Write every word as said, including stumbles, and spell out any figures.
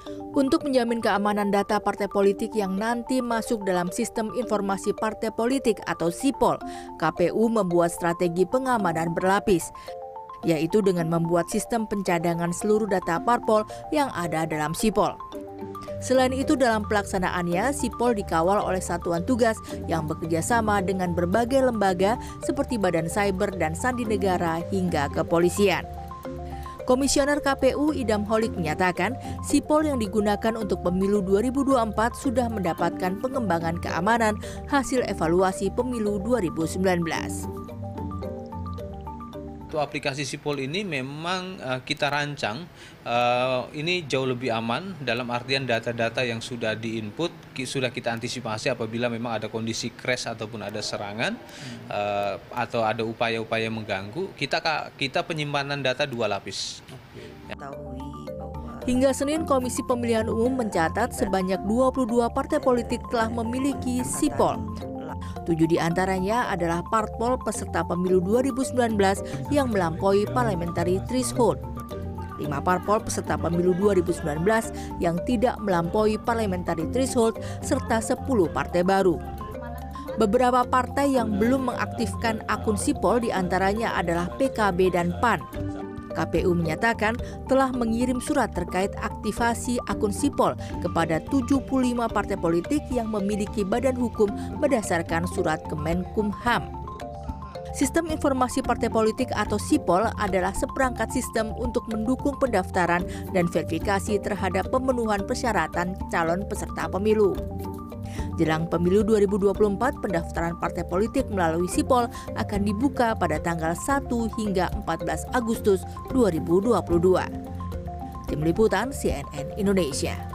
Untuk menjamin keamanan data partai politik yang nanti masuk dalam Sistem Informasi Partai Politik atau SIPOL, K P U membuat strategi pengamanan berlapis, yaitu dengan membuat sistem pencadangan seluruh data parpol yang ada dalam SIPOL. Selain itu, dalam pelaksanaannya, SIPOL dikawal oleh satuan tugas yang bekerja sama dengan berbagai lembaga seperti Badan Cyber dan Sandi Negara hingga kepolisian. Komisioner K P U Idam Holik menyatakan, SIPOL yang digunakan untuk pemilu dua ribu dua puluh empat sudah mendapatkan pengembangan keamanan hasil evaluasi pemilu dua ribu sembilan belas. Aplikasi SIPOL ini memang uh, kita rancang uh, ini jauh lebih aman dalam artian data-data yang sudah diinput sudah kita antisipasi apabila memang ada kondisi crash ataupun ada serangan hmm. uh, atau ada upaya-upaya mengganggu, kita kita penyimpanan data dua lapis. Okay. Hingga Senin, Komisi Pemilihan Umum mencatat sebanyak dua puluh dua partai politik telah memiliki SIPOL. Tujuh di antaranya adalah parpol peserta pemilu dua ribu sembilan belas yang melampaui parliamentary threshold. Lima parpol peserta pemilu dua ribu sembilan belas yang tidak melampaui parliamentary threshold serta sepuluh partai baru. Beberapa partai yang belum mengaktifkan akun SIPOL diantaranya adalah P K B dan P A N. K P U menyatakan telah mengirim surat terkait aktivasi akun SIPOL kepada tujuh puluh lima partai politik yang memiliki badan hukum berdasarkan surat Kemenkumham. Sistem Informasi Partai Politik atau SIPOL adalah seperangkat sistem untuk mendukung pendaftaran dan verifikasi terhadap pemenuhan persyaratan calon peserta pemilu. Jelang pemilu dua ribu dua puluh empat, pendaftaran partai politik melalui SIPOL akan dibuka pada tanggal satu hingga empat belas Agustus dua ribu dua puluh dua. Tim Liputan C N N Indonesia.